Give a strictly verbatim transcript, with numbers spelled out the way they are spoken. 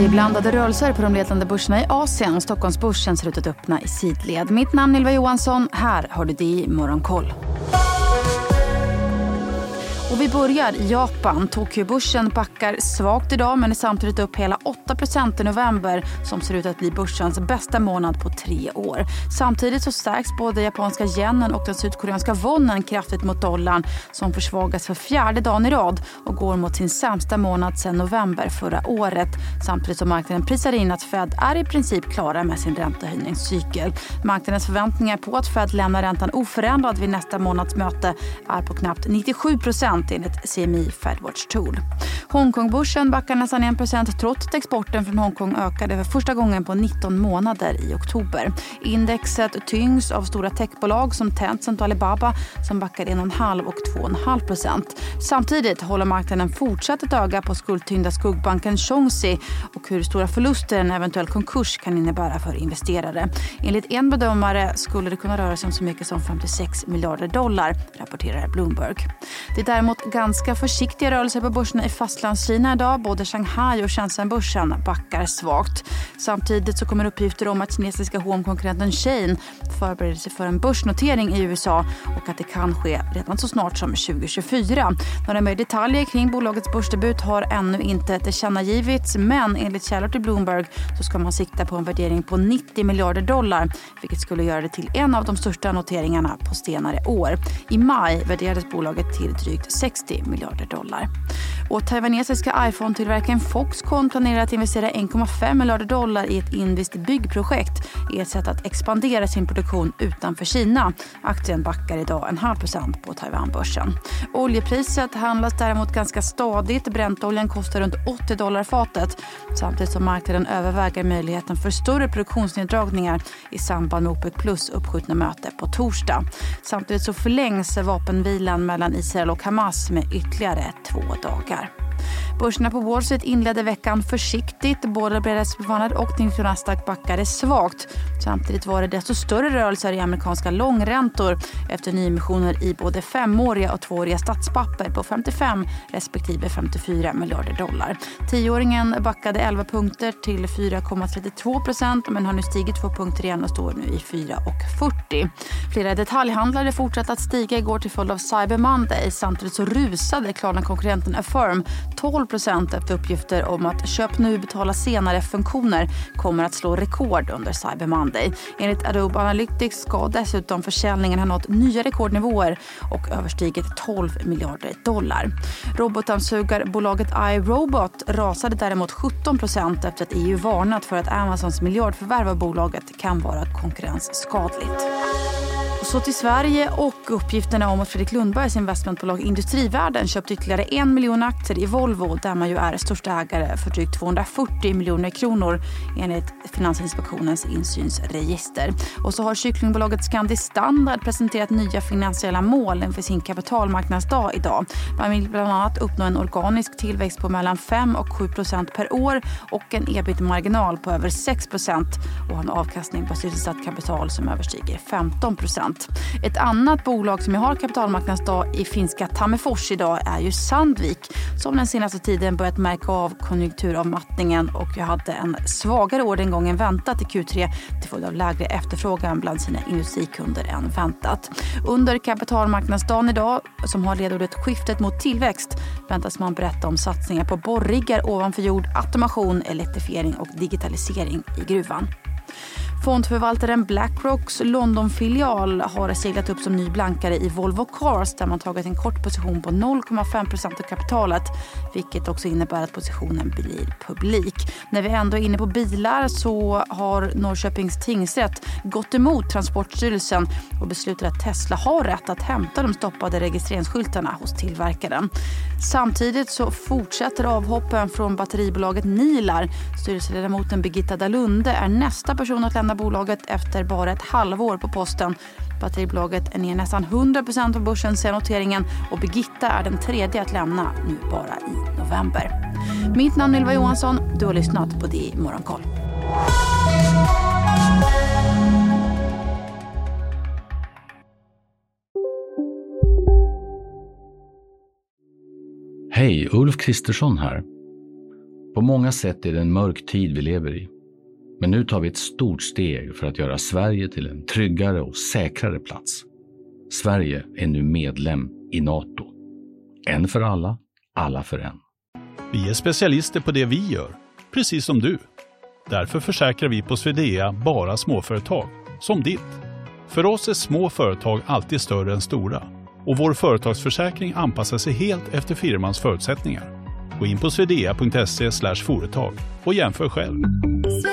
Det är blandade rörelser på de ledande börserna i Asien. Stockholmsbörsen ser ut att öppna i sidled. Mitt namn är Ylva Johansson. Här har du det i Morgonkoll. Och vi börjar i Japan. Tokyo-börsen backar svagt idag men är samtidigt upp hela åtta procent i november som ser ut att bli börsens bästa månad på tre år. Samtidigt så stärks både japanska yenen och den sydkoreanska wonen kraftigt mot dollarn som försvagas för fjärde dagen i rad och går mot sin sämsta månad sedan november förra året. Samtidigt som marknaden prisar in att Fed är i princip klara med sin räntehöjningscykel. Marknadens förväntningar på att Fed lämnar räntan oförändrad vid nästa månads möte är på knappt nittiosju procent enligt C M I Fedwatch Tool. Hongkongbörsen backar nästan en procent trots att exporten från Hongkong ökade för första gången på nitton månader i oktober. Indexet tyngs av stora techbolag som Tencent och Alibaba som backar en komma fem och två komma fem procent. Samtidigt håller marknaden fortsatt ett öga på skuldtyngda skuggbanken Chongqing och hur stora förluster en eventuell konkurs kan innebära för investerare. Enligt en bedömare skulle det kunna röra sig om så mycket som femtiosex miljarder dollar, rapporterar Bloomberg. Det är däremot ganska försiktiga rörelser på börserna i fastlandskina idag. Både Shanghai och Shenzhen-börsen backar svagt. Samtidigt så kommer uppgifter om att kinesiska H och M-konkurrenten Shein förbereder sig för en börsnotering i U S A och att det kan ske redan så snart som tjugo tjugofyra. Några mer detaljer kring bolagets börsdebut har ännu inte tillkännagivits, men enligt källor till Bloomberg så ska man sikta på en värdering på nittio miljarder dollar, vilket skulle göra det till en av de största noteringarna på senare år. I maj värderades bolaget till drygt sextio miljarder dollar. Och taiwanesiska iPhone-tillverkaren Foxconn planerar att investera en komma fem miljarder dollar i ett indiskt byggprojekt i ett sätt att expandera sin produktion utanför Kina. Aktien backar idag en halv procent på Taiwanbörsen. Oljepriset handlas däremot ganska stadigt. Bräntoljan kostar runt åttio dollar fatet samtidigt som marknaden överväger möjligheten för större produktionsneddragningar i samband med OPEC plus uppskjutna möte på torsdag. Samtidigt så förlängs vapenvilan mellan Israel och Hamas med ytterligare två dagar. Börserna på Wall Street inledde veckan försiktigt. Både B S P och Nasdaq backade svagt. Samtidigt var det desto större rörelser i amerikanska långräntor efter nyemissioner i både femåriga och tvååriga statspapper på femtiofem respektive femtiofyra miljarder dollar. Tioåringen backade elva punkter till fyra komma trettiotvå procent men har nu stigit två punkter igen och står nu i fyra komma fyrtio. Flera detaljhandlare fortsatte att stiga igår till följd av Cyber Monday. Samtidigt så rusade Klarna-konkurrenten Affirm tolv procent efter uppgifter om att köp nu betala senare funktioner kommer att slå rekord under Cyber Monday. Enligt Adobe Analytics ska dessutom försäljningen ha nått nya rekordnivåer och överstigit tolv miljarder dollar. Robotansuggarbolaget iRobot rasade däremot sjutton procent efter att E U varnat för att Amazons miljardförvärv av bolaget kan vara konkurrensskadligt. Och så till Sverige och uppgifterna om att Fredrik Lundbergs investmentbolag Industrivärden köpt ytterligare en miljon aktier i Volvo där man ju är största ägare för drygt tvåhundrafyrtio miljoner kronor enligt Finansinspektionens insynsregister. Och så har kycklingbolaget Scandi Standard presenterat nya finansiella mål inför sin kapitalmarknadsdag idag. Man vill bland annat uppnå en organisk tillväxt på mellan fem och sju procent per år och en E B I T-marginal på över sex procent och en avkastning på sysselsatt kapital som överstiger femton procent. Ett annat bolag som har kapitalmarknadsdag i finska Tammerfors idag är ju Sandvik som den senaste tiden börjat märka av konjunkturavmattningen och jag hade en svagare orderingång än väntat i Q tre till följd av lägre efterfrågan bland sina industrikunder än väntat. Under kapitalmarknadsdagen idag som har ledordet skiftet mot tillväxt väntas man berätta om satsningar på borriggar ovanför jord, automation, elektrifiering och digitalisering i gruvan. Fondförvaltaren BlackRocks Londonfilial har seglat upp som ny blankare i Volvo Cars där man tagit en kort position på noll komma fem procent av kapitalet, vilket också innebär att positionen blir publik. När vi ändå är inne på bilar så har Norrköpings tingsrätt gått emot Transportstyrelsen och beslutat att Tesla har rätt att hämta de stoppade registreringsskyltarna hos tillverkaren. Samtidigt så fortsätter avhoppen från batteribolaget Nilar. Styrelseledamoten Birgitta Dalunde är nästa person att lämna bolaget efter bara ett halvår på posten. Batteribolaget är ner nästan hundra procent av börsen sedan noteringen och Birgitta är den tredje att lämna nu bara i november. Mitt namn är Ylva Johansson. Du har lyssnat på det i Morgonkoll. Hej, Ulf Kristersson här. På många sätt är det en mörk tid vi lever i. Men nu tar vi ett stort steg för att göra Sverige till en tryggare och säkrare plats. Sverige är nu medlem i NATO. En för alla, alla för en. Vi är specialister på det vi gör, precis som du. Därför försäkrar vi på Swedea bara småföretag, som ditt. För oss är små företag alltid större än stora. Och vår företagsförsäkring anpassar sig helt efter firmans förutsättningar. Gå in på swedea punkt se slash företag och jämför själv.